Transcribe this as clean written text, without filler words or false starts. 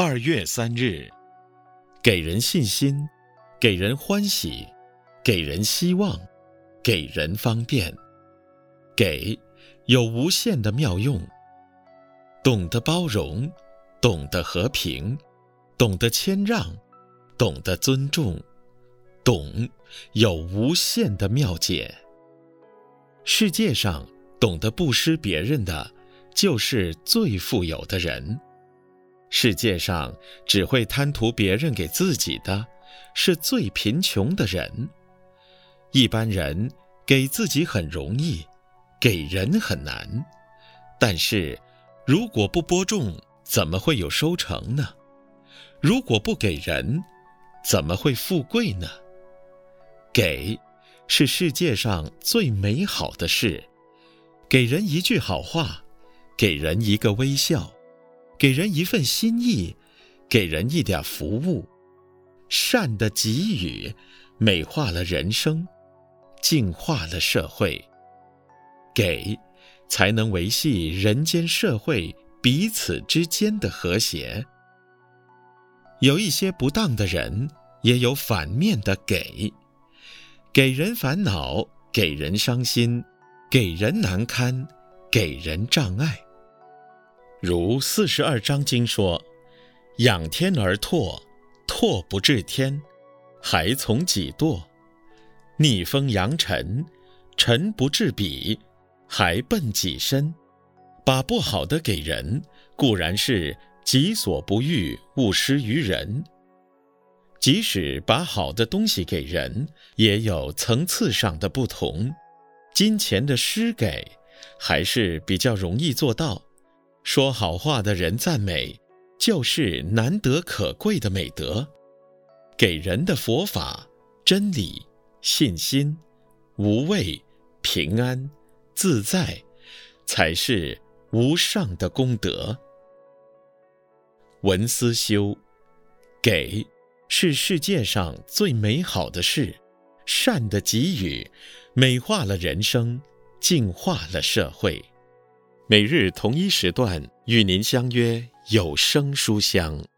2月3日，给人信心，给人欢喜，给人希望，给人方便。给有无限的妙用，懂得包容，懂得和平，懂得谦让，懂得尊重，懂有无限的妙解。世界上懂得布施别人的，就是最富有的人。世界上只会贪图别人给自己的，是最贫穷的人。一般人给自己很容易，给人很难。但是如果不播种，怎么会有收成呢？如果不给人，怎么会富贵呢？给是世界上最美好的事。给人一句好话，给人一个微笑，给人一份心意，给人一点服务，善的给予美化了人生，净化了社会。给才能维系人间社会彼此之间的和谐。有一些不当的人，也有反面的给人烦恼，给人伤心，给人难堪，给人障碍。如42章经说，仰天而唾，唾不至天，还从己堕；逆风扬尘，尘不至彼，还奔己身。把不好的给人，固然是己所不欲，勿施于人。即使把好的东西给人，也有层次上的不同。金钱的施给，还是比较容易做到。说好话的人赞美，就是难得可贵的美德。给人的佛法、真理、信心、无畏、平安、自在，才是无上的功德。文思修，给是世界上最美好的事，善的给予美化了人生，净化了社会。每日同一时段与您相约有声书香。